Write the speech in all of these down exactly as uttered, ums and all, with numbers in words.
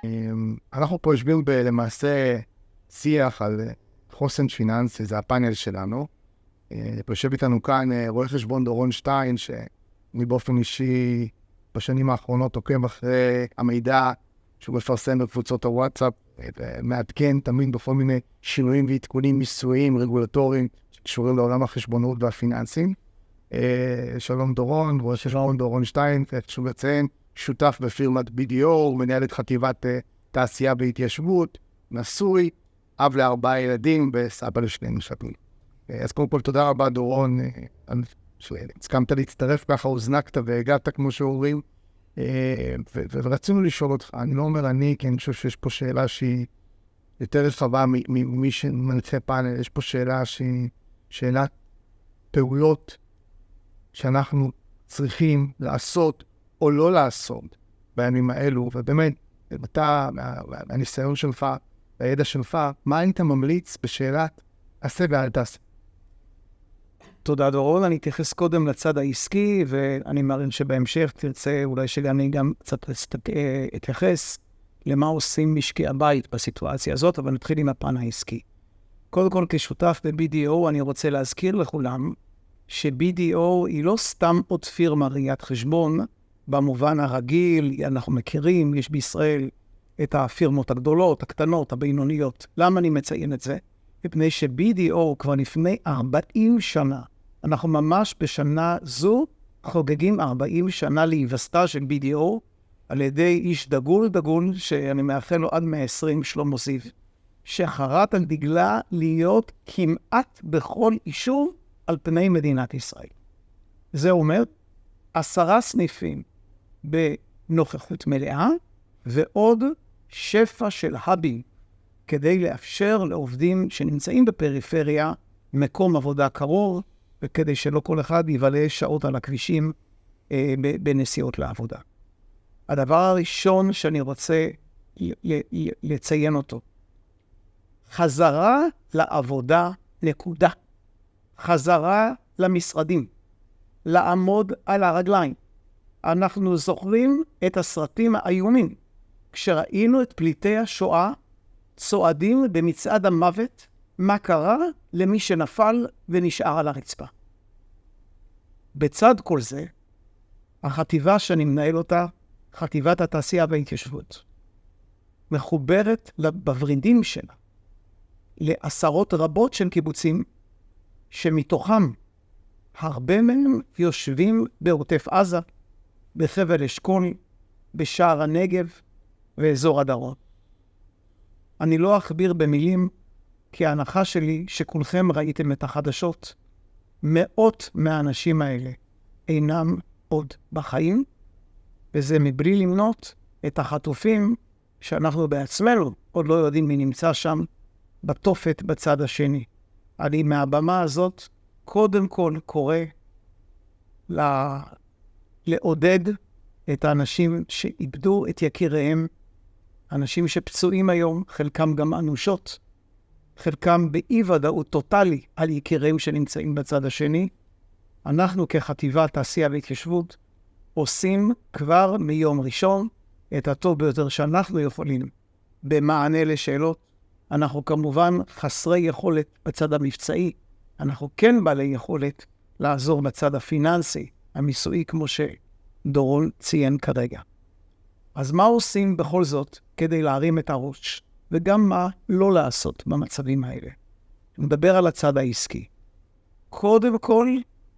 אנחנו פה יושבים למעשה שיח על חוסן פיננסי, זה הפאנל שלנו. יושב איתנו כאן רואה חשבון דורון שטיין, שאני באופן אישי בשנים האחרונות עוקב אחרי המידע שהוא מפרסם בקבוצות הוואטסאפ, ומעדכן תמיד בכל מיני שינויים ועדכונים מיסויים, רגולטוריים, שקשורים לעולם החשבונות והפיננסים. שלום דורון, רואה חשבון דורון שטיין, חשוב לציין, שותף בפירמת בי די או, מנהל את חטיבת תעשייה בהתיישבות, נשוי, אב לארבעה ילדים וסבא לשני נשקים. אז קודם כל תודה רבה דורון, הסכמת להצטרף ככה, הוזנקת והגעת כמו שאומרים, ורצינו לשאול אותך, אני לא אומר אני, כי אני חושב שיש פה שאלה שהיא יותר רחבה ממי שמנחה פאנל, יש פה שאלה שהיא שאלת פעולות שאנחנו צריכים לעשות או לא לעשות בימים האלו, ובאמת, אתה, מהניסיון שלך, והידע שלך, מה היית ממליץ בשאלת עשה ואל תעשה? תודה דורון, אני אתייחס קודם לצד העסקי, ואני מאמין שבהמשך תרצה אולי שאני גם קצת אתייחס למה עושים משקי הבית בסיטואציה הזאת, אבל נתחיל עם הפן העסקי. קודם כל, כשותף ב-בי די או, אני רוצה להזכיר לכולם ש-בי די או היא לא סתם עוד פירמה ראיית חשבון, במובן הרגיל, אנחנו מכירים, יש בישראל את הפירמות הגדולות, הקטנות, הבינוניות. למה אני מציין את זה? מפני ש-בי די או כבר לפני ארבעים שנה, אנחנו ממש בשנה זו חוגגים ארבעים שנה להיווסדה של בי די או, על ידי איש דגול דגול, שאני מאחל לו עד מאה ועשרים, שלמה זיו, שחרת על דגלה להיות כמעט בכל יישוב על פני מדינת ישראל. זה אומר עשרה סניפים בנוכחות מלאה, ועוד שפע של הבים, כדי לאפשר לעובדים שנמצאים בפריפריה מקום עבודה קרוב, וכדי שלא כל אחד יבלה שעות על הכבישים אה, בנסיעות לעבודה. הדבר הראשון שאני רוצה לציין אותו, חזרה לעבודה נקודה. חזרה למשרדים, לעמוד על הרגליים. אנחנו זוכרים את הסרטים האיומים, כשראינו את פליטי השואה צועדים במצעד המוות, מה קרה למי שנפל ונשאר על הרצפה. בצד כל זה, החטיבה שאני מנהל אותה, חטיבת התעשייה וההתיישבות, מחוברת בוורידים שלה לעשרות רבות של קיבוצים, שמתוכם הרבה מהם יושבים בעוטף עזה, בחבל אשכול, בשער הנגב ואזור הדרום. אני לא אכביר במילים, כי ההנחה שלי שכולכם ראיתם את החדשות. מאות מהאנשים האלה אינם עוד בחיים, וזה מבלי למנות את החטופים שאנחנו בעצמנו עוד לא יודעים מי נמצא שם, בתופת בצד השני. אני מהבמה הזאת קודם כל קורא לה... לעודד את האנשים שאיבדו את יקיריהם, אנשים שפצועים היום, חלקם גם אנושות, חלקם באי ודאות טוטלי על יקיריהם שנמצאים בצד השני. אנחנו כחטיבת תעשייה והתיישבות עושים כבר מיום ראשון את הטוב ביותר שאנחנו יכולים במענה לשאלות. אנחנו כמובן חסרי יכולת בצד המבצעי, אנחנו כן בעלי יכולת לעזור בצד הפיננסי, המיסוי, כמו שדורון ציין כרגע. אז מה עושים בכל זאת כדי להרים את הראש, וגם מה לא לעשות במצבים האלה? נדבר על הצד העסקי. קודם כל,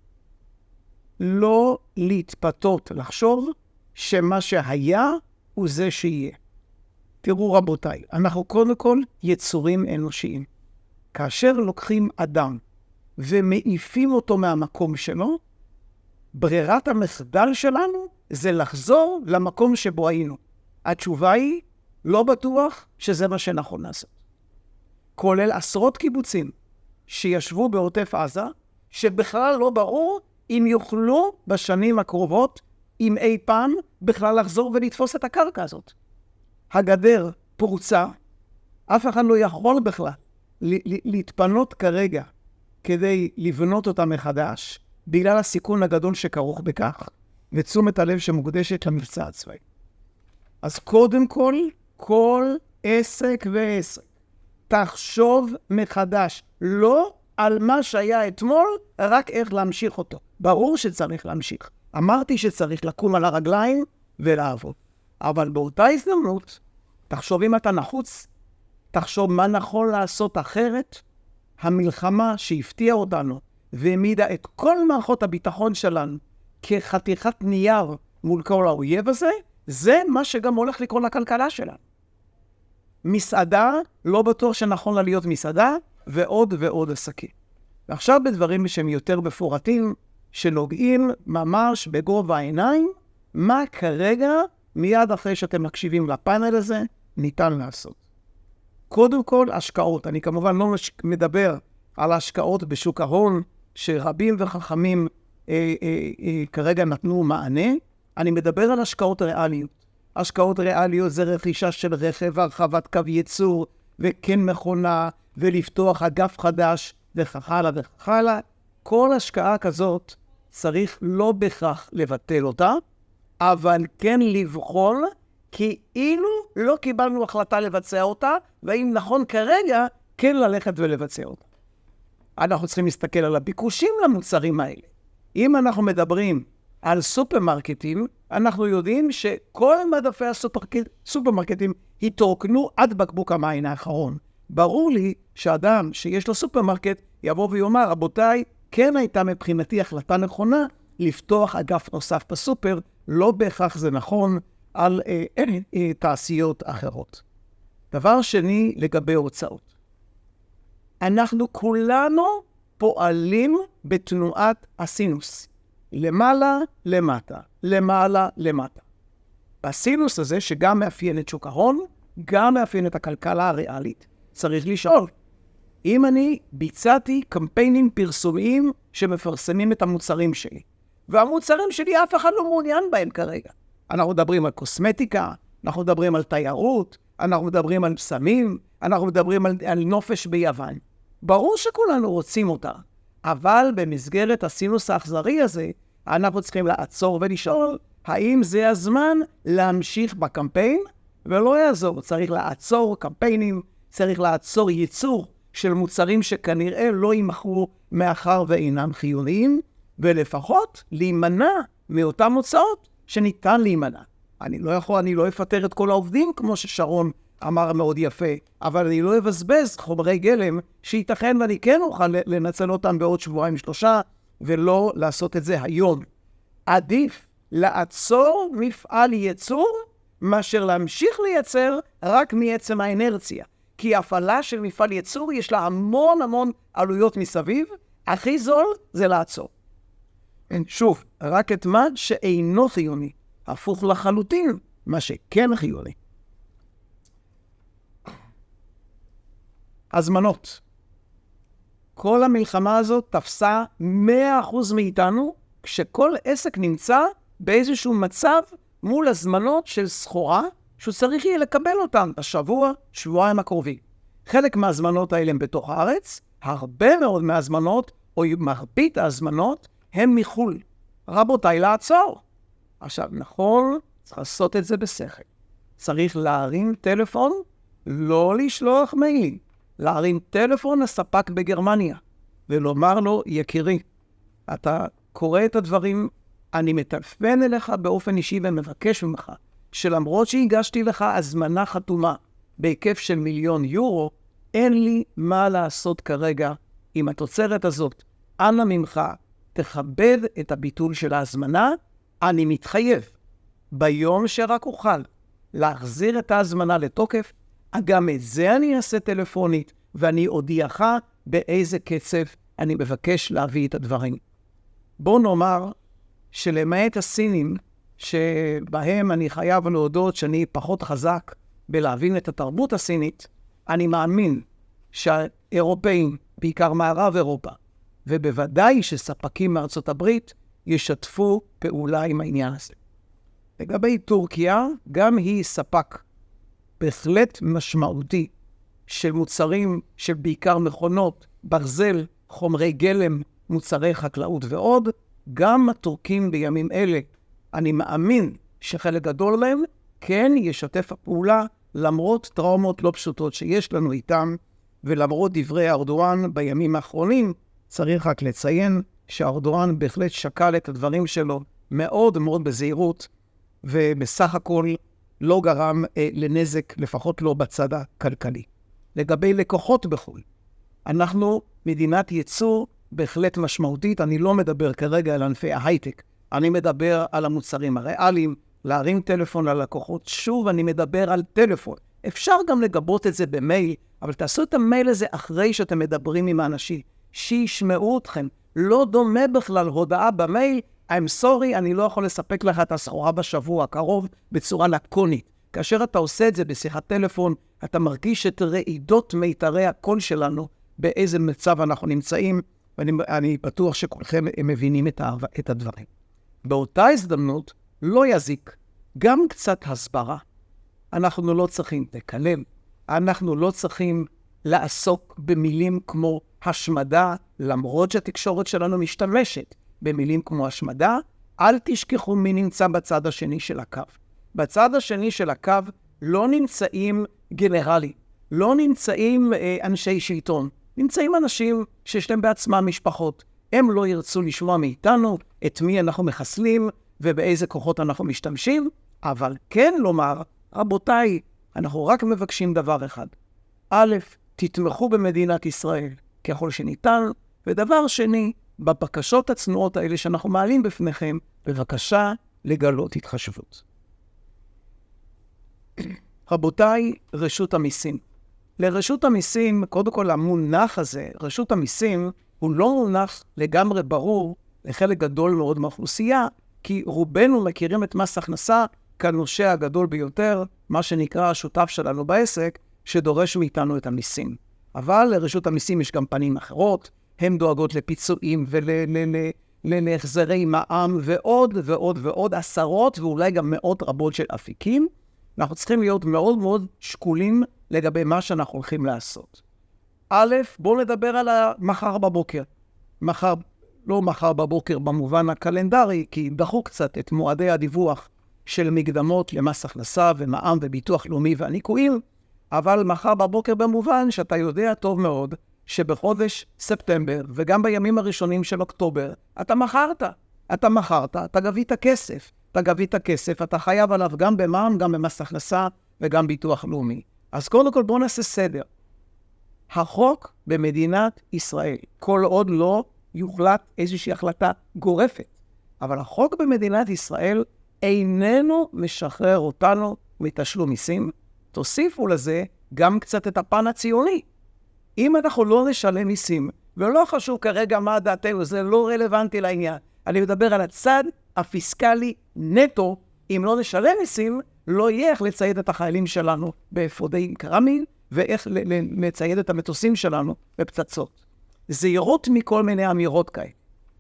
לא להתפתות, לחשוב שמה שהיה הוא זה שיהיה. תראו רבותיי, אנחנו קודם כל יצורים אנושיים. כאשר לוקחים אדם ומעיפים אותו מהמקום שלו, ברירת המחדל שלנו זה לחזור למקום שבו היינו. התשובה היא, לא בטוח שזה מה שנכון לעשות. כולל עשרות קיבוצים שישבו בעוטף עזה, שבכלל לא ברור אם יוכלו בשנים הקרובות, אם אי פעם, בכלל לחזור ולתפוס את הקרקע הזאת. הגדר פרוצה, אף אחד לא יכול בכלל להתפנות כרגע כדי לבנות אותה מחדש, בגלל הסיכון הגדול שכרוך בכך, ותשומת הלב שמוקדשת למבצע הצבאי. אז קודם כל, כל עסק ועסק. תחשוב מחדש, לא על מה שהיה אתמול, רק איך להמשיך אותו. ברור שצריך להמשיך. אמרתי שצריך לקום על הרגליים ולעבוד. אבל באותה הזדמנות, תחשוב אם אתה נחוץ, תחשוב מה נכון לעשות אחרת. המלחמה שהפתיעה אותנו והעמידה את כל מערכות הביטחון שלנו כחתיכת נייר מול כל האויב הזה, זה מה שגם הולך לקרוא לכלכלה שלנו. מסעדה, לא בטוח שנכון לה להיות מסעדה, ועוד ועוד עסקים. ועכשיו בדברים שהם יותר מפורטים, שנוגעים ממש בגובה העיניים, מה כרגע, מיד אחרי שאתם מקשיבים לפאנל הזה, ניתן לעשות. קודם כל, השקעות. אני כמובן לא מדבר על השקעות בשוק ההון, שרבים וחכמים אה, אה, אה, כרגע נתנו מענה. אני מדבר על השקעות ריאליות. השקעות ריאליות זה רכישה של רכב, הרחבת קו ייצור, וכן מכונה, ולפתוח אגף חדש, וכך הלאה וכך הלאה. כל השקעה כזאת צריך לא בכך לבטל אותה, אבל כן לבחון, כאילו לא קיבלנו החלטה לבצע אותה, ואם נכון כרגע, כן ללכת ולבצע אותה. אנחנו צריכים להסתכל על הביקושים למוצרים האלה. אם אנחנו מדברים על סופרמרקטים, אנחנו יודעים שכל מדפי הסופרמרקטים התרוקנו עד בקבוק המים האחרון. ברור לי שאדם שיש לו סופרמרקט יבוא ויאמר, רבותיי, כן הייתה מבחינתי החלטה נכונה לפתוח אגף נוסף בסופר, לא בהכרח זה נכון על אה, אה, אה, תעשיות אחרות. דבר שני, לגבי הוצאות. אנחנו כולנו פועלים בתנועת הסינוס. למעלה, למטה, למעלה, למטה. הסינוס הזה שגם מאפיין את שוק ההון, גם מאפיין את הכלכלה הריאלית. צריך לשאול, אם אני ביצעתי קמפיינים פרסומיים שמפרסמים את המוצרים שלי, והמוצרים שלי אף אחד לא מעוניין בהם כרגע. אנחנו מדברים על קוסמטיקה, אנחנו מדברים על תיירות, אנחנו מדברים על פסמים, אנחנו מדברים על, על נופש ביוון. ברור שכולנו רוצים אותה, אבל במסגרת הסינוס האכזרי הזה, אנחנו צריכים לעצור ולשאול, האם זה הזמן להמשיך בקמפיין? ולא יעזור, צריך לעצור קמפיינים, צריך לעצור ייצור של מוצרים שכנראה לא יימכרו מאחר ואינם חיוניים, ולפחות להימנע מאותן הוצאות שניתן להימנע. אני לא יכול, אני לא אפטר את כל העובדים, כמו ששרון אמר מאוד יפה, אבל אני לא אבזבז חומרי גלם שייתכן ואני כן אוכל לנצל אותם בעוד שבועיים שלושה, ולא לעשות את זה היום. עדיף לעצור מפעל ייצור, מאשר להמשיך לייצר רק מעצם האנרציה. כי הפעלה של מפעל ייצור יש לה המון המון עלויות מסביב, הכי זול זה לעצור. שוב, רק את מה שאינו חיוני, הפוך לחלוטין מה שכן חיוני. הזמנות. כל המלחמה הזאת תפסה מאה אחוז מאיתנו, כשכל עסק נמצא באיזשהו מצב מול הזמנות של סחורה, שהוא צריך יהיה לקבל אותן בשבוע, שבועיים הקרובים. חלק מהזמנות האלה הם בתוך הארץ, הרבה מאוד מהזמנות, או מרבית ההזמנות, הם מחול. רבותיי, לעצור. עכשיו, נכון, צריך לעשות את זה בשכל. צריך להרים טלפון, לא לשלוח מיילים. להרים טלפון לספק בגרמניה, ולומר לו, יקירי, אתה קורא את הדברים, אני מטלפן אליך באופן אישי ומבקש ממך, שלמרות שהגשתי לך הזמנה חתומה בהיקף של מיליון יורו, אין לי מה לעשות כרגע עם התוצרת הזאת. אנא ממך, תכבד את הביטול של ההזמנה, אני מתחייב. ביום שרק אוכל להחזיר את ההזמנה לתוקף, גם את זה אני אעשה טלפונית, ואני אודיעך באיזה קצב אני מבקש להביא את הדברים. בוא נאמר שלמעט הסינים, שבהם אני חייב להודות שאני פחות חזק בלהבין את התרבות הסינית, אני מאמין שהאירופאים, בעיקר מערב אירופה, ובוודאי שספקים מארצות הברית, ישתפו פעולה עם העניין הזה. לגבי טורקיה, גם היא ספק בהחלט משמעותי של מוצרים, של בעיקר מכונות, ברזל, חומרי גלם, מוצרי חקלאות ועוד. גם הטורקים בימים אלה, אני מאמין שחלק גדול להם כן ישתף הפעולה למרות טראומות לא פשוטות שיש לנו איתם, ולמרות דברי ארדואן בימים האחרונים, צריך רק לציין שארדואן בהחלט שקל את הדברים שלו מאוד מאוד בזהירות, ובסך הכל לא גרם אה, לנזק, לפחות לא בצד הכלכלי. לגבי לקוחות בחו"ל, אנחנו מדינת ייצור בהחלט משמעותית, אני לא מדבר כרגע על ענפי ההייטק, אני מדבר על המוצרים הריאליים, להרים טלפון ללקוחות, שוב אני מדבר על טלפון. אפשר גם לגבות את זה במייל, אבל תעשו את המייל הזה אחרי שאתם מדברים עם האנשים, שישמעו אתכם. לא דומה בכלל הודעה במייל, I'm sorry, אני לא יכול לספק לך את הסחורה בשבוע הקרוב בצורה לקונית. כאשר אתה עושה את זה בשיחת טלפון, אתה מרגיש את רעידות מיתרי הקול שלנו, באיזה מצב אנחנו נמצאים, ואני אני בטוח שכולכם מבינים את, ה, את הדברים. באותה הזדמנות, לא יזיק, גם קצת הסברה. אנחנו לא צריכים לקלל, אנחנו לא צריכים לעסוק במילים כמו השמדה, למרות שהתקשורת שלנו משתמשת במילים כמו השמדה, אל תשכחו מי נמצא בצד השני של הקו. בצד השני של הקו לא נמצאים גנרלים, לא נמצאים אה, אנשי שלטון, נמצאים אנשים שיש להם בעצמם משפחות. הם לא ירצו לשמוע מאיתנו את מי אנחנו מחסלים ובאיזה כוחות אנחנו משתמשים, אבל כן לומר, רבותיי, אנחנו רק מבקשים דבר אחד. א', תתמכו במדינת ישראל ככל שניתן, ודבר שני, בבקשות הצנועות האלה שאנחנו מעלים בפניכם, בבקשה לגלות התחשבות. רבותיי, רשות המיסים. לרשות המיסים, קודם כל המונח הזה, רשות המיסים, הוא לא מונח לגמרי ברור לחלק גדול מאוד מהאוכלוסייה, כי רובנו מכירים את מס הכנסה כנושא הגדול ביותר, מה שנקרא השותף שלנו בעסק, שדורש מאיתנו את המיסים. אבל לרשות המיסים יש גם פנים אחרות, הן דואגות לפיצויים ולהחזרי מע"מ ועוד ועוד ועוד עשרות ואולי גם מאות רבות של אפיקים. אנחנו צריכים להיות מאוד מאוד שקולים לגבי מה שאנחנו הולכים לעשות. א', בואו נדבר על המחר בבוקר. מחר, לא מחר בבוקר במובן הקלנדרי, כי דחו קצת את מועדי הדיווח של מקדמות למס הכנסה ומע"מ וביטוח לאומי והניקויים, אבל מחר בבוקר במובן שאתה יודע טוב מאוד שבחודש ספטמבר וגם בימים הראשונים של אוקטובר אתה מכרת, אתה מכרת, אתה גבית כסף, אתה גבית כסף, אתה חייב עליו גם במע"מ, גם במס הכנסה וגם ביטוח לאומי. אז קודם כל בואו נעשה סדר. החוק במדינת ישראל, כל עוד לא יוחלט איזושהי החלטה גורפת, אבל החוק במדינת ישראל איננו משחרר אותנו מתשלום מיסים. תוסיפו לזה גם קצת את הפן הציוני. אם אנחנו לא נשלם מיסים, ולא חשוב כרגע מה דעתנו, זה לא רלוונטי לעניין. אני מדבר על הצד הפיסקלי נטו, אם לא נשלם מיסים, לא יהיה איך לצייד את החיילים שלנו באפודי קרמין, ואיך לצייד את המטוסים שלנו בפצצות. זהירות מכל מיני אמירות כאלה.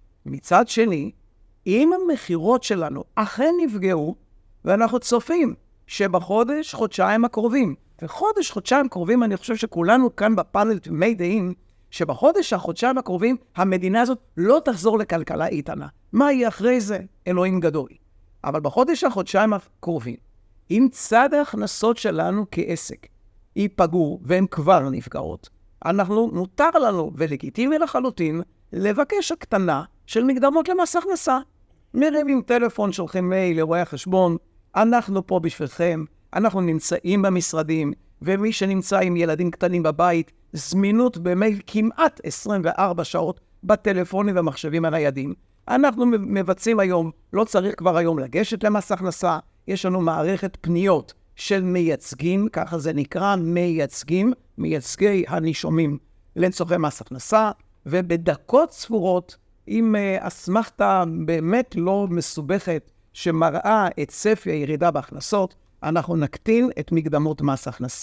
מצד שני, אם המחירות שלנו אכן נפגעו, ואנחנו צופים שבחודש, חודשיים הקרובים, וחודש, חודשיים קרובים, אני חושב שכולנו כאן בפאנל תמימי דעים, שבחודש, החודשיים הקרובים, המדינה הזאת לא תחזור לכלכלה איתנה. מה יהיה אחרי זה? אלוהים גדול. אבל בחודש, החודשיים הקרובים, אם צד ההכנסות שלנו כעסק ייפגעו, והן כבר נפגעות, אנחנו מותר לנו, ולגיטימי לחלוטין, לבקש הקטנה של מקדמות למס הכנסה. מרימים טלפון, שולחים מייל לרואי החשבון, אנחנו פה בשבילכם, אנחנו נמצאים במשרדים, ומי שנמצא עם ילדים קטנים בבית, זמינות במייל כמעט עשרים וארבע שעות בטלפונים ומחשבים הניידים. אנחנו מבצעים היום, לא צריך כבר היום לגשת למס הכנסה, יש לנו מערכת פניות של מייצגים, ככה זה נקרא, מייצגים, מייצגי הנישומים לצורכי מס הכנסה, ובדקות ספורות, עם uh, אסמכתה באמת לא מסובכת, שמראה את צפי הירידה בהכנסות, אנחנו נקטין את מקדמות מס הכנסה.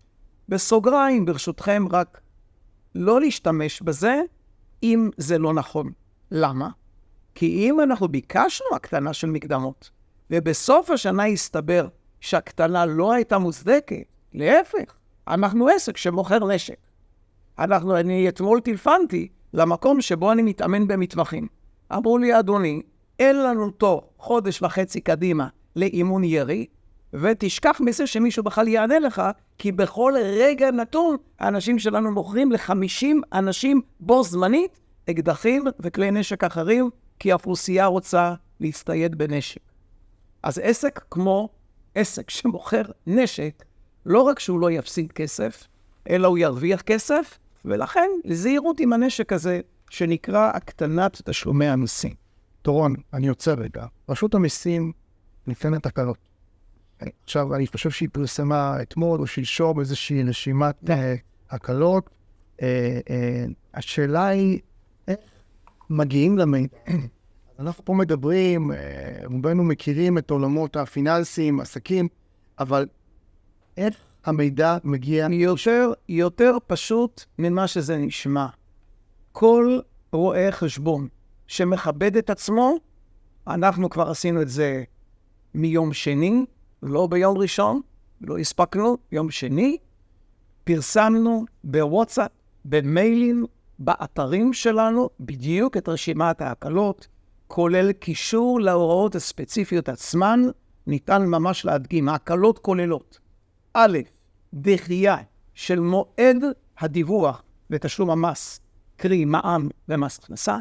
בסוגריים, ברשותכם, רק לא להשתמש בזה, אם זה לא נכון. למה? כי אם אנחנו ביקשנו הקטנה של מקדמות, ובסוף השנה הסתבר שהקטנה לא הייתה מוצדקת, להפך, אנחנו עסק שמוכר נשק. אנחנו, אני אתמול טלפנתי למקום שבו אני מתאמן במטווחים. אמרו לי, אדוני, אין לנו תור חודש וחצי קדימה לאימון ירי, ותשכח מזה שמישהו בכלל יענה לך, כי בכל רגע נתון, האנשים שלנו מוכרים ל-חמישים אנשים בו זמנית, אקדחים וכלי נשק אחרים, כי האוכלוסייה רוצה להצטייד בנשק. אז עסק כמו עסק שמוכר נשק, לא רק שהוא לא יפסיד כסף, אלא הוא ירוויח כסף, ולכן לזהירות עם הנשק הזה, שנקרא הקטנת תשלומי המיסים. דורון, אני יוצא רגע. רשות המיסים נותנת הקלות. עכשיו, אני חושב שהיא פרסמה אתמול או שלשום איזושהי רשימת הקלות. השאלה היא, איך מגיעים למידע? אנחנו פה מדברים, רובנו מכירים את עולמות הפיננסיים, עסקים, אבל איך המידע מגיע? יותר, יותר פשוט ממה שזה נשמע. כל רואה חשבון שמכבד את עצמו, אנחנו כבר עשינו את זה מיום שני, לא ביום ראשון, לא הספקנו, יום שני, פרסמנו בוואטסאפ, במיילים, באתרים שלנו, בדיוק את רשימת ההקלות, כולל קישור להוראות הספציפיות עצמן, ניתן ממש להדגים. ההקלות כוללות א', דחייה של מועד הדיווח ותשלום המס, קרי מע"מ ומס הכנסה,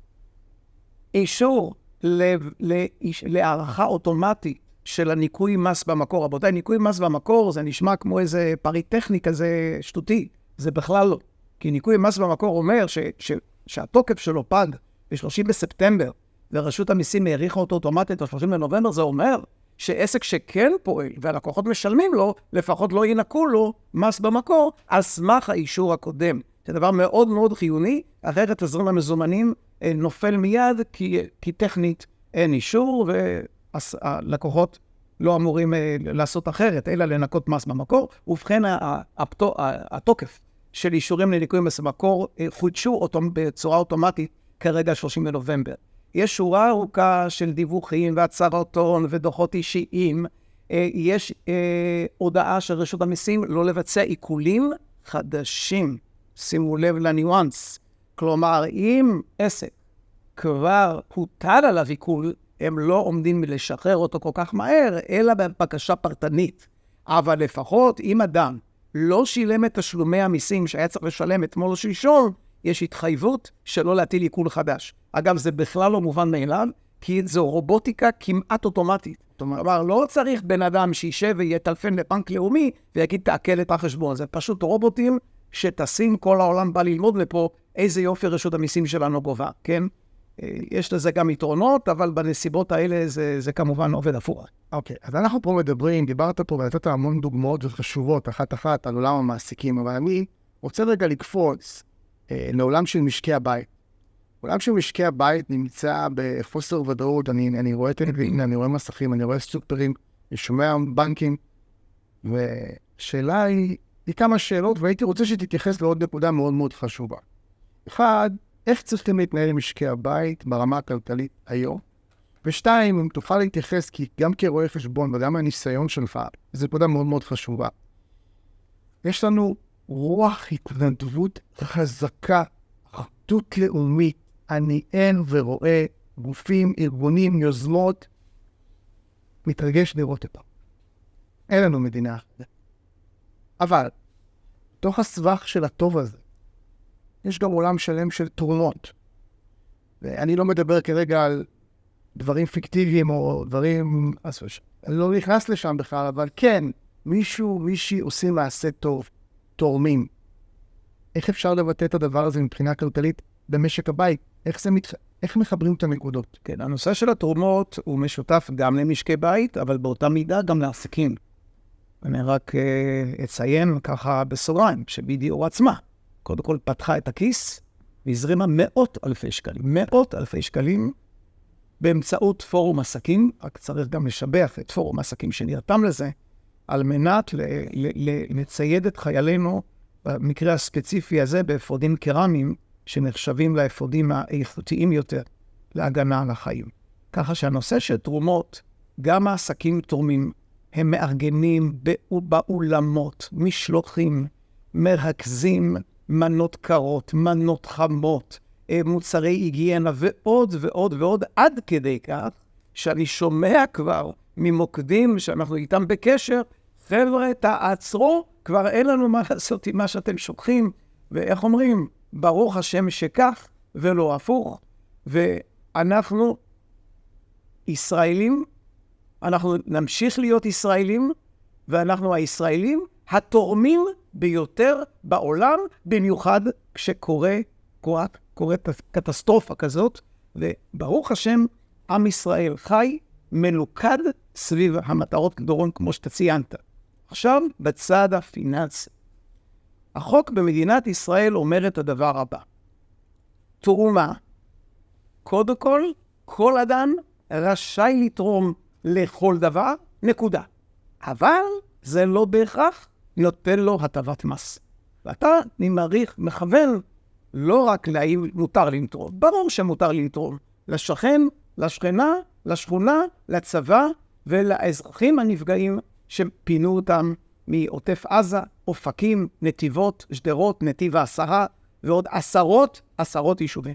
אישור להערכה אוטומטית של הניכוי מס במקור. רבותיי, ניכוי מס במקור זה נשמע כמו איזה פריט טכני כזה שטותי, זה בכלל לא. כי ניכוי מס במקור אומר ש, ש, שהתוקף שלו פג ב-שלושים בספטמבר, ורשות המיסים העריכה אותו אוטומטית ב-שלושים לנובמבר, זה אומר שעסק שכן פועל והלקוחות משלמים לו, לפחות לא ינקו לו מס במקור על סמך האישור הקודם. זה דבר מאוד מאוד חיוני, אחרת תזרים המזומנים נופל מיד, כי, כי טכנית אין אישור, והלקוחות לא אמורים לעשות אחרת, אלא לנקות מס במקור. ובכן, התוקף של אישורים לניקוי מס במקור חודשו בצורה אוטומטית כרגע שלושים לנובמבר. יש שורה ארוכה של דיווחים והצהרות הון ודוחות אישיים. יש הודעה של רשות המיסים לא לבצע עיקולים חדשים. שימו לב לניואנס. כלומר, אם עסק כבר הוטל עליו עיקול, הם לא עומדים לשחרר אותו כל כך מהר, אלא בבקשה פרטנית. אבל לפחות אם אדם לא שילם את תשלומי המיסים שהיה צריך לשלם אתמול או שלשום, יש התחייבות שלא להטיל עיקול חדש. אגב, זה בכלל לא מובן מאליו, כי זו רובוטיקה כמעט אוטומטית. כלומר, לא צריך בן אדם שישב ויטלפן לבנק לאומי ויגיד תעקל את החשבון. זה פשוט רובוטים שטסים, כל העולם בא ללמוד לפה איזה יופי רשות המיסים שלנו גובה, כן? יש לזה גם יתרונות, אבל בנסיבות האלה זה, זה כמובן עובד הפוך. אוקיי, אז אנחנו פה מדברים, דיברת פה ולתת המון דוגמאות וחשובות, אחת-אחת, על עולם המעסיקים, אבל אני רוצה רגע לקפוץ אה, לעולם של משקי הבית. עולם של משקי הבית נמצא בחוסר ודאות, אני, אני רואה טלוויזיה, אני רואה מסכים, אני רואה סופרים, אני שומע בנקים, ושאלה היא, היא כמה שאלות, והייתי רוצה שתתייחס לעוד נקודה מאוד מאוד חשובה. אחד, איך צריכים להתנהל עם משקי הבית ברמה הכלכלית היום? ושתיים, אם תוכל להתייחס, כי גם כרואה חשבון וגם מהניסיון שלך, זו נקודה מאוד מאוד חשובה. יש לנו רוח התנדבות חזקה, אחדות לאומית, אני אין ורואה גופים, ארגונים, יוזמות, מתרגש לראות אותם. אין לנו מדינה אחרת. אבל, תוך הסבך של הטוב הזה, יש גם עולם שלם של תרומות. ואני לא מדבר כרגע על דברים פיקטיביים או דברים... אני לא נכנס לשם בכלל, אבל כן, מישהו, מישהי עושים מעשה טוב, תורמים. איך אפשר לבטא את הדבר הזה מבחינה כלכלית במשק הבית? איך זה מת... איך מחברים את הנקודות? כן, הנושא של התרומות הוא משותף גם למשקי בית, אבל באותה מידה גם לעסקים. אני רק uh, אציין ככה בסוגריים, שבי די או עצמה, קודם כל פתחה את הכיס, והזרימה מאות אלפי שקלים, מאות אלפי שקלים, באמצעות פורום עסקים, רק צריך גם לשבח את פורום עסקים שנרתם לזה, על מנת ל- ל- ל- לצייד את חיילינו, במקרה הספציפי הזה, באפודים קרמיים, שנחשבים לאפודים האיכותיים יותר, להגנה על החיים. ככה שהנושא של תרומות, גם העסקים תורמים, הם מארגנים באולמות, משלוחים, מרכזים, מנות קרות, מנות חמות, מוצרי היגיינה ועוד ועוד ועוד, עד כדי כך שאני שומע כבר ממוקדים שאנחנו איתם בקשר, חבר'ה, תעצרו, כבר אין לנו מה לעשות עם מה שאתם שוכחים, ואיך אומרים, ברוך השם שכך ולא הפוך, ואנחנו ישראלים, אנחנו נמשיך להיות ישראלים, ואנחנו הישראלים התורמים ביותר בעולם, במיוחד כשקורה קוראת, קוראת קטסטרופה כזאת, וברוך השם, עם ישראל חי, מלוכד סביב המטרות דורון כמו שאתה ציינת. עכשיו, בצד הפיננסי. החוק במדינת ישראל אומר את הדבר הבא. תרומה, קודם כל, כל אדם רשאי לתרום לכל דבר, נקודה. אבל זה לא בהכרח נותן לו הטבת מס. ואתה, אני מעריך, מכוון לא רק להאם מותר לתרום. ברור שמותר לתרום. לשכן, לשכנה, לשכונה, לצבא ולאזרחים הנפגעים שפינו אותם מעוטף עזה, אופקים, נתיבות, שדרות, נתיב העשרה ועוד עשרות, עשרות יישובים.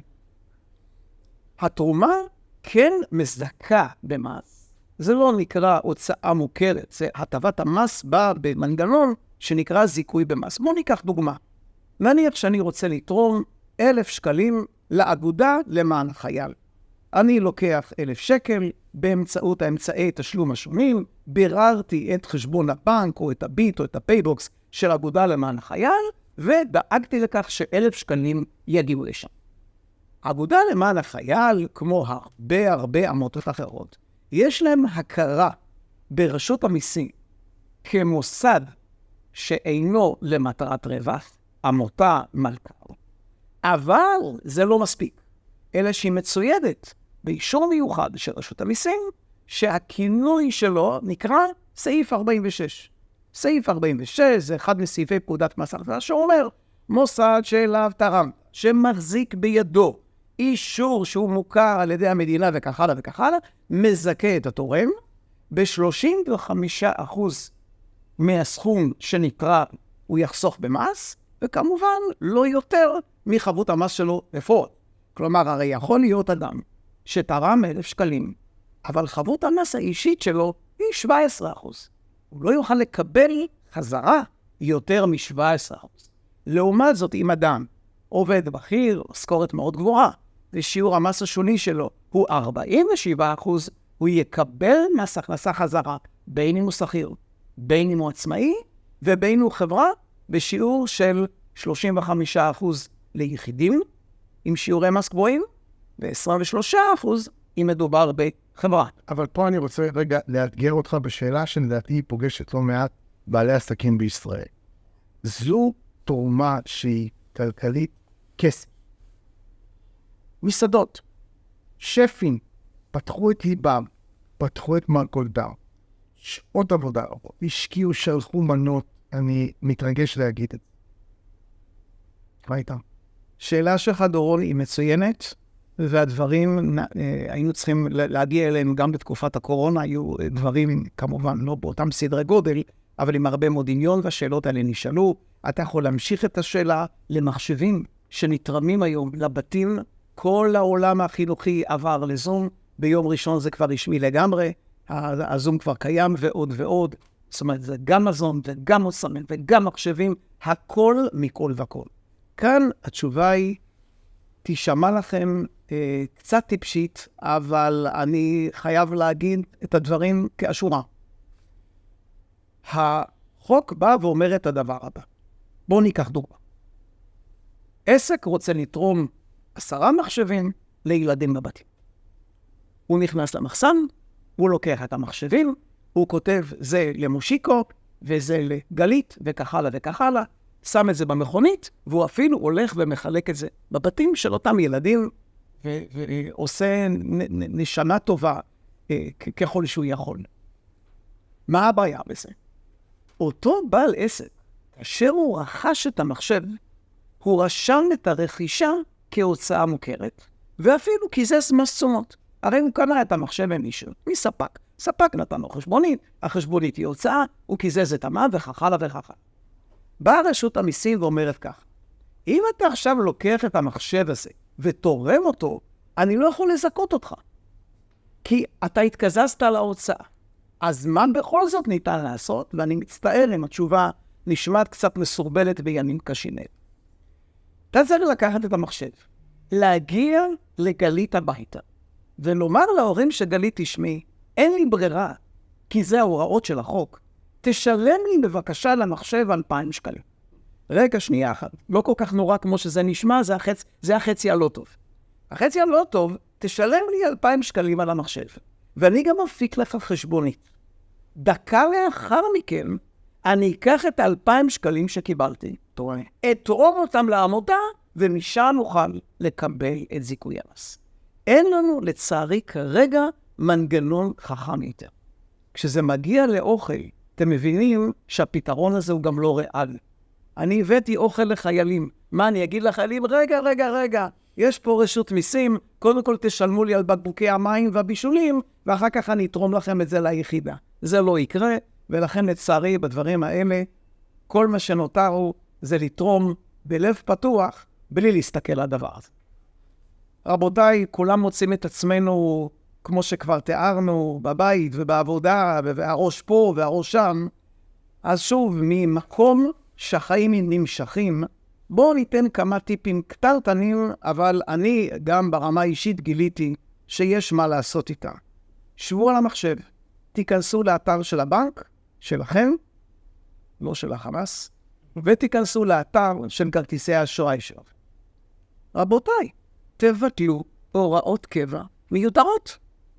התרומה כן מזכה במס. זה לא נקרא הוצאה מוכרת, זה הטבת המס באה במנגנון שנקרא זיכוי במס. בואו ניקח דוגמה. נניח שאני רוצה לתרום אלף שקלים לאגודה למען החייל. אני לוקח אלף שקל באמצעות האמצעי תשלום השונים, ביררתי את חשבון הבנק או את הביט או את הפייבוקס של אגודה למען החייל, ודאגתי לכך שאלף שקלים יגיעו לשם. אגודה למען החייל, כמו הרבה הרבה עמותות אחרות, יש להם הכרה ברשות המיסים כמוסד שאינו למטרת רווח, עמותה מלכ"ר. אבל זה לא מספיק, אלא שהיא מצוידת באישור מיוחד של רשות המיסים, שהכינוי שלו נקרא סעיף ארבעים ושש. סעיף ארבעים ושש זה אחד מסעיפי פקודת מס הכנסה שאומר, מוסד שאליו תרם, שמחזיק בידו אישור שהוא מוכר על ידי המדינה וכך הלאה וכך הלאה, מזכה את התורם ב-שלושים וחמישה אחוז מהסכום שנקרא הוא יחסוך במס, וכמובן לא יותר מחבות המס שלו בפועל. כלומר, הרי יכול להיות אדם שתרם אלף שקלים, אבל חבות המס האישית שלו היא שבעה עשר אחוז. הוא לא יוכל לקבל חזרה יותר מ-שבעה עשר אחוז. לעומת זאת, אם אדם עובד בכיר, משכורת מאוד גבוהה, ושיעור המס השוני שלו הוא ארבעים ושבעה אחוז, הוא יקבל מס הכנסה חזרה, בין אם הוא שכיר, בין אם הוא עצמאי, ובין אם הוא חברה, בשיעור של שלושים וחמישה אחוז ליחידים, עם שיעורי מס גבוהים, ו-עשרים ושלושה אחוז אם מדובר בחברה. אבל פה אני רוצה רגע לאתגר אותך בשאלה שלדעתי היא פוגשת לא מעט בעלי עסקים בישראל. זו תרומה שהיא כלכלית כסף. מסעדות, שפים, פתחו את ליבם, פתחו את מרכולתם, שעות עבודה, השקיעו, שלחו מנות, אני מתרגש להגיד את זה. מה איתם? שאלה שלך דורון היא מצוינת, והדברים היינו צריכים להגיע אליהם גם בתקופת הקורונה, היו דברים כמובן לא באותם סדרי גודל, אבל עם הרבה מאוד עניון, והשאלות האלה נשאלו. אתה יכול להמשיך את השאלה למחשבים שנתרמים היום לבתים, כל העולם החינוכי עבר לזום, ביום ראשון זה כבר רשמי לגמרי, הזום כבר קיים ועוד ועוד, זאת אומרת זה גם מזון וגם מוצרים וגם מחשבים, הכל מכל וכל. כאן התשובה היא, תשמע לכם אה, קצת טיפשית, אבל אני חייב להגיד את הדברים כאשורה. החוק בא ואומר את הדבר הבא. בואו ניקח דוגמה. עסק רוצה לתרום עשרה מחשבים לילדים בבתים. הוא נכנס למחסן, הוא לוקח את המחשבים, הוא כותב זה למושיקו וזה לגלית וכך הלאה וכך הלאה, שם את זה במכונית, והוא אפילו הולך ומחלק את זה בבתים של אותם ילדים, ו- ועושה נ- נשמה טובה אה, כ- ככל שהוא יכול. מה הבעיה בזה? אותו בעל עסק, כאשר הוא רכש את המחשב, הוא רשם את הרכישה כהוצאה מוכרת, ואפילו קיזז מס תשומות. הרי הוא קנה את המחשב ממישהו, מספק. ספק נתן לו חשבונית, החשבונית היא הוצאה, הוא קיזז את המע"מ וכך הלאה וכך הלאה. באה רשות המיסים ואומרת כך, אם אתה עכשיו לוקח את המחשב הזה ותורם אותו, אני לא יכול לזכות אותך. כי אתה התקזזת על ההוצאה. אז מה בכל זאת ניתן לעשות? ואני מצטער אם התשובה נשמעת קצת מסורבלת בימים קשים. אתה צריך לקחת את המחשב, להגיע לגלית הביתה, ולומר להורים שגלית תשמעי, אין לי ברירה, כי זה ההוראות של החוק. תשלם לי בבקשה למחשב אלפיים שקלים. רגע שנייה אחת, לא כל כך נורא כמו שזה נשמע, זה החצ... זה החצי הלא טוב. החצי הלא טוב, תשלם לי אלפיים שקלים על המחשב, ואני גם אפיק לך חשבונית. דקה לאחר מכן, אני אקח את האלפיים שקלים שקיבלתי, אתרום אותם לעמותה, ומשם נוכל לקבל את זיכוי המס. אין לנו לצערי כרגע מנגנון חכם יותר. כשזה מגיע לאוכל, אתם מבינים שהפתרון הזה הוא גם לא ריאלי. אני הבאתי אוכל לחיילים. מה אני אגיד לחיילים? רגע, רגע, רגע. יש פה רשות מיסים, קודם כל תשלמו לי על בקבוקי המים והבישולים, ואחר כך אני אתרום לכם את זה ליחידה. זה לא יקרה, ולכן לצערי בדברים האלה, כל מה שנותר הוא זה לתרום בלב פתוח, בלי להסתכל על הדבר הזה. רבותיי, כולם מוצאים את עצמנו, כמו שכבר תיארנו, בבית ובעבודה, והראש פה והראש שם. אז שוב, ממקום שהחיים נמשכים, בואו ניתן כמה טיפים קטרטנים, אבל אני גם ברמה אישית גיליתי שיש מה לעשות איתה. שבו על המחשב, תיכנסו לאתר של הבנק, שלכם, לא של החמאס, ותיכנסו לאתר של כרטיסי האשראי שלו. רבותיי, תבטלו הוראות קבע מיותרות.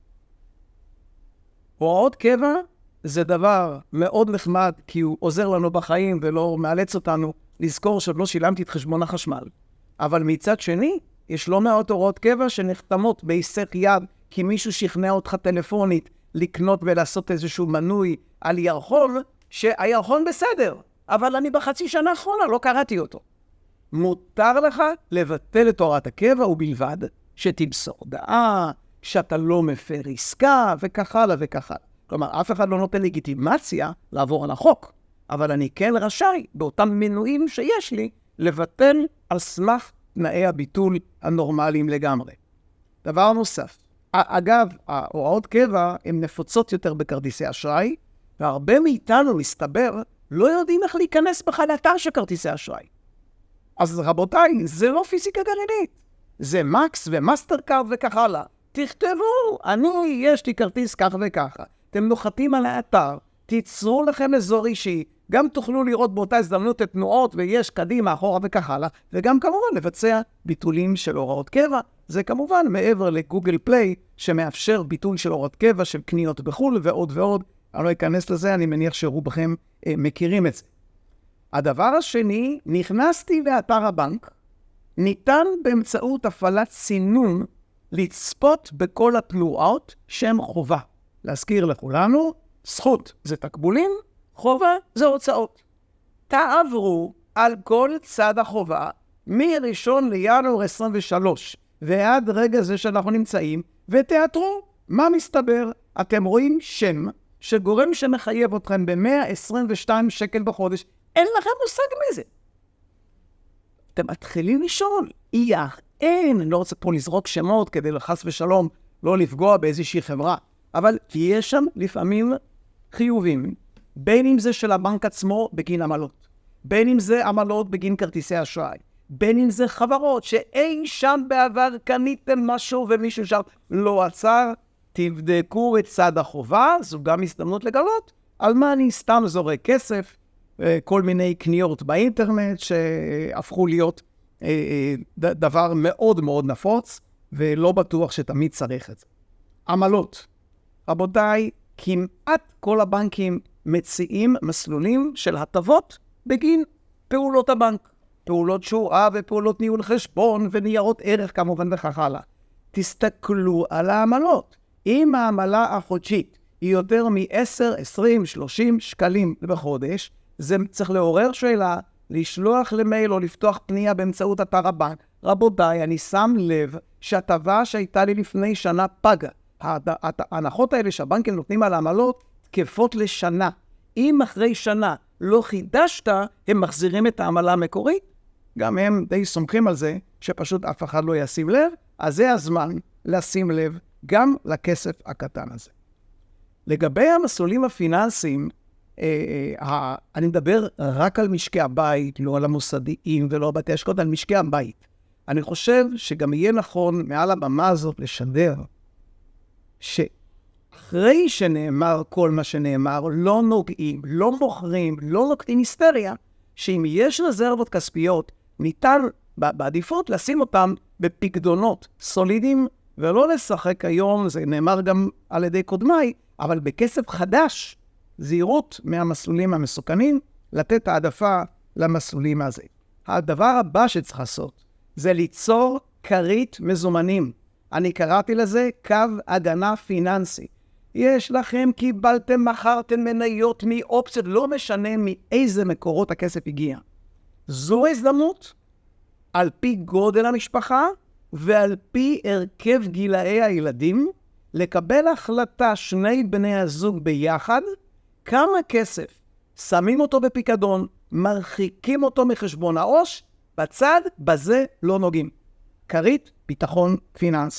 הוראות קבע זה דבר מאוד נחמד, כי הוא עוזר לנו בחיים ולא מאלץ אותנו לזכור שעוד לא שילמתי את חשבון החשמל. אבל מצד שני, יש לא מעט הוראות קבע שנחתמות בהיסח יד, כי מישהו שכנע אותך טלפונית לקנות ולעשות איזשהו מנוי על ירחון, שהירחון בסדר, אבל אני בחצי שנה האחרונה לא קראתי אותו. מותר לך לבטל את הוראת הקבע, ובלבד שתמסור הודעה, שאתה לא מפר עסקה, וכך הלאה וכך הלאה. כלומר, אף אחד לא נותן לגיטימציה לעבור על החוק, אבל אני כן רשאי, באותם מנויים שיש לי, לבטל על סמך תנאי הביטול הנורמליים לגמרי. דבר נוסף, אגב, ההוראות קבע הן נפוצות יותר בכרטיסי אשראי, והרבה מאיתנו, מסתבר, לא יודעים איך להיכנס בכלל לאתר של כרטיסי אשראי. אז רבותיי, זה לא פיזיקה גרעינית. זה מקס ומאסטר קארד וכך הלאה. תכתבו, אני, יש לי כרטיס כך וככה. אתם נוחתים על האתר, תיצרו לכם אזור אישי, גם תוכלו לראות באותה הזדמנות את תנועות, ויש קדימה, אחורה וכך הלאה, וגם כמובן לבצע ביטולים של הוראות קבע. זה כמובן מעבר לגוגל פליי, שמאפשר ביטול של הוראות קבע, של קניות בחול ועוד ועוד. אני לא אכנס לזה, אני מניח שרובכם אה, מכירים את זה. הדבר השני, נכנסתי לאתר הבנק, ניתן באמצעות הפעלת סינון לצפות בכל התנועות שהן חובה. להזכיר לכולנו, זכות זה תקבולים, חובה זה הוצאות. תעברו על כל צד החובה מ-ראשון לינואר עשרים ושלוש ועד רגע זה שאנחנו נמצאים, ותיאטרו מה מסתבר. אתם רואים שם שגורם שמחייב אתכם ב-מאה עשרים ושתיים שקל בחודש, אין לכם מושג מזה. אתם מתחילים לשאול, איה, אין, אני לא רוצה פה לזרוק שמות כדי לחס ושלום לא לפגוע באיזושהי חברה, אבל יש שם לפעמים חיובים, בין אם זה של הבנק עצמו בגין עמלות, בין אם זה עמלות בגין כרטיסי אשראי, בין אם זה חברות שאין שם בעבר קניתם משהו ומישהו שם לא עצר. תבדקו את צד החובה, זו גם הזדמנות לגלות על מה אני סתם זורק כסף, כל מיני קניות באינטרנט שהפכו להיות דבר מאוד מאוד נפוץ, ולא בטוח שתמיד צריך את זה. עמלות. רבותיי, כמעט כל הבנקים מציעים מסלולים של הטבות בגין פעולות הבנק. פעולות שורה ופעולות ניהול חשבון וניירות ערך כמובן וכך הלאה. תסתכלו על העמלות. אם העמלה החודשית היא יותר מ-עשר, עשרים, שלושים שקלים בחודש, זה צריך לעורר שאלה, לשלוח למייל או לפתוח פנייה באמצעות אתר הבנק. רבותיי, אני שם לב שהטבה שהייתה לי לפני שנה פגה. ההנחות האלה שהבנקים נותנים על העמלות תקפות לשנה. אם אחרי שנה לא חידשת, הם מחזירים את העמלה המקורית. גם הם די סומכים על זה, שפשוט אף אחד לא ישים לב. אז זה הזמן לשים לב גם לכסף הקטן הזה. לגבי המסלולים הפיננסיים, אה, אה, אני מדבר רק על משקי הבית, לא על המוסדיים ולא על בתי השקעות, על משקי הבית. אני חושב שגם יהיה נכון מעל הבמה הזאת לשדר, שאחרי שנאמר כל מה שנאמר, לא נוגעים, לא מוכרים, לא נוקטים היסטריה, שאם יש רזרבות כספיות, ניתן בעדיפות לשים אותם בפקדונות סולידיים, ולא לשחק היום, זה נאמר גם על ידי קודמיי, אבל בכסף חדש, זהירות מהמסלולים המסוכנים, לתת העדפה למסלולים הזה. הדבר הבא שצריך לעשות, זה ליצור כרית מזומנים. אני קראתי לזה קו הגנה פיננסי. יש לכם, קיבלתם, מכרתם מניות מאופציות, לא משנה מאיזה מקורות הכסף הגיע. זו הזדמנות, על פי גודל המשפחה, ועל פי הרכב גילאי הילדים, לקבל החלטה שני בני הזוג ביחד, כמה כסף שמים אותו בפיקדון, מרחיקים אותו מחשבון העו"ש, בצד, בזה לא נוגעים. כרית ביטחון פיננסי.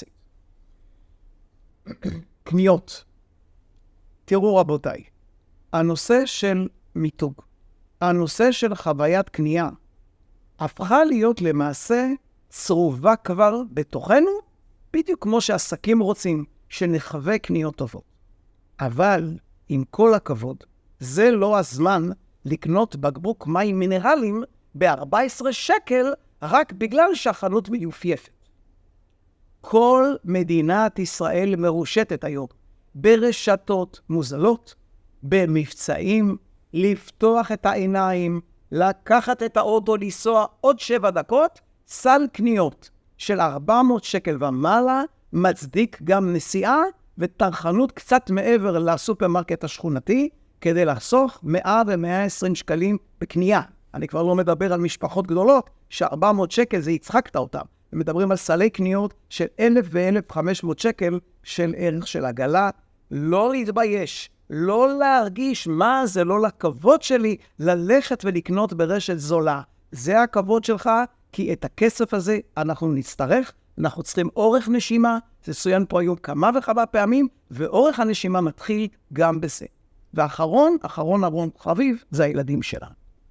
קניות. תראו רבותיי, הנושא של מיתוג, הנושא של חוויית קנייה, הפכה להיות למעשה צרובה כבר בתוכנו, בדיוק כמו שעסקים רוצים שנחווה קניות טובות. אבל עם כל הכבוד, זה לא הזמן לקנות בקבוק מים מינרלים ב-ארבעה עשר שקל רק בגלל שהחנות מיופייפת. כל מדינת ישראל מרושתת היום ברשתות מוזלות, במבצעים, לפתוח את העיניים, לקחת את האוטו, לנסוע עוד שבע דקות, סל קניות של ארבע מאות שקל ומעלה, מצדיק גם נסיעה ותרחנות קצת מעבר לסופרמרקט השכונתי, כדי לחסוך מאה ומאה ועשרים שקלים בקנייה. אני כבר לא מדבר על משפחות גדולות, ש-ארבע מאות שקל זה יצחקת אותם. הם מדברים על סלי קניות של אלף ו-אלף וחמש מאות שקל של ערך של עגלה. לא להתבייש, לא להרגיש מה זה לא לכבוד שלי ללכת ולקנות ברשת זולה. זה הכבוד שלך, כי את הכסף הזה אנחנו נצטרך, אנחנו צריכים אורך נשימה, זה סוין פה היום כמה וכמה פעמים, ואורך הנשימה מתחיל גם בזה. ואחרון, אחרון אחרון חביב, זה הילדים שלנו.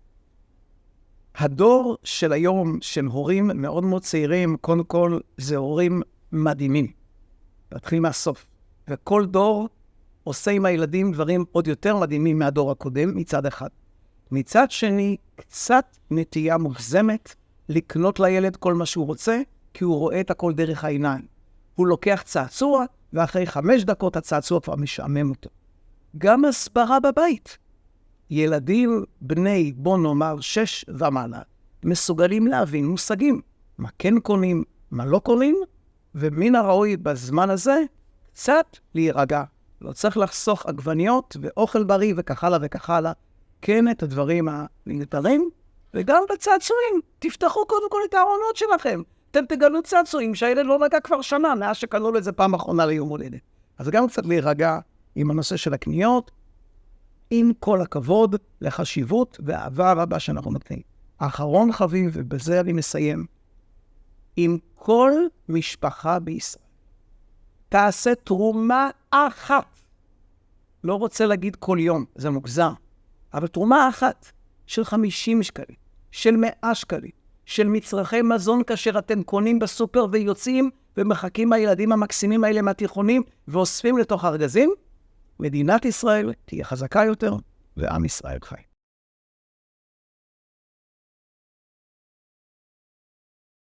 הדור של היום, של הורים מאוד מאוד צעירים, קודם כל זה הורים מדהימים. נתחיל מהסוף. וכל דור עושה עם הילדים דברים עוד יותר מדהימים מהדור הקודם, מצד אחד. מצד שני, קצת נטייה מוגזמת לקנות לילד כל מה שהוא רוצה, כי הוא רואה את הכל דרך העיניים. הוא לוקח צעצוע, ואחרי חמש דקות הצעצוע כבר משעמם אותו. גם הסברה בבית. ילדים בני, בוא נאמר, שש ומעלה, מסוגלים להבין מושגים. מה כן קונים, מה לא קונים, ומן הראוי בזמן הזה, קצת להירגע. לא צריך לחסוך עגבניות ואוכל בריא וכך הלאה וכך הלאה. כן את הדברים הנתרים, וגם בצעצועים. תפתחו קודם כל את הארונות שלכם. אתם תגלו צעצועים שהילד לא נגע כבר שנה, מאז שקנו לו את זה פעם אחרונה ליום הולדת. אז גם קצת להירגע עם הנושא של הקניות, עם כל הכבוד לחשיבות והאהבה הרבה שאנחנו נותנים. האחרון חביב, ובזה אני מסיים, עם כל משפחה בישראל, תעשה תרומה אחת. לא רוצה להגיד כל יום, זה מוגזם, אבל תרומה אחת של חמישים שקלים, של מאה שקלים, של מצרכי מזון כאשר אתם קונים בסופר ויוצאים ומחכים הילדים המקסימים האלה מהתיכונים ואוספים לתוך ארגזים, מדינת ישראל תהיה חזקה יותר, ועם ישראל חי.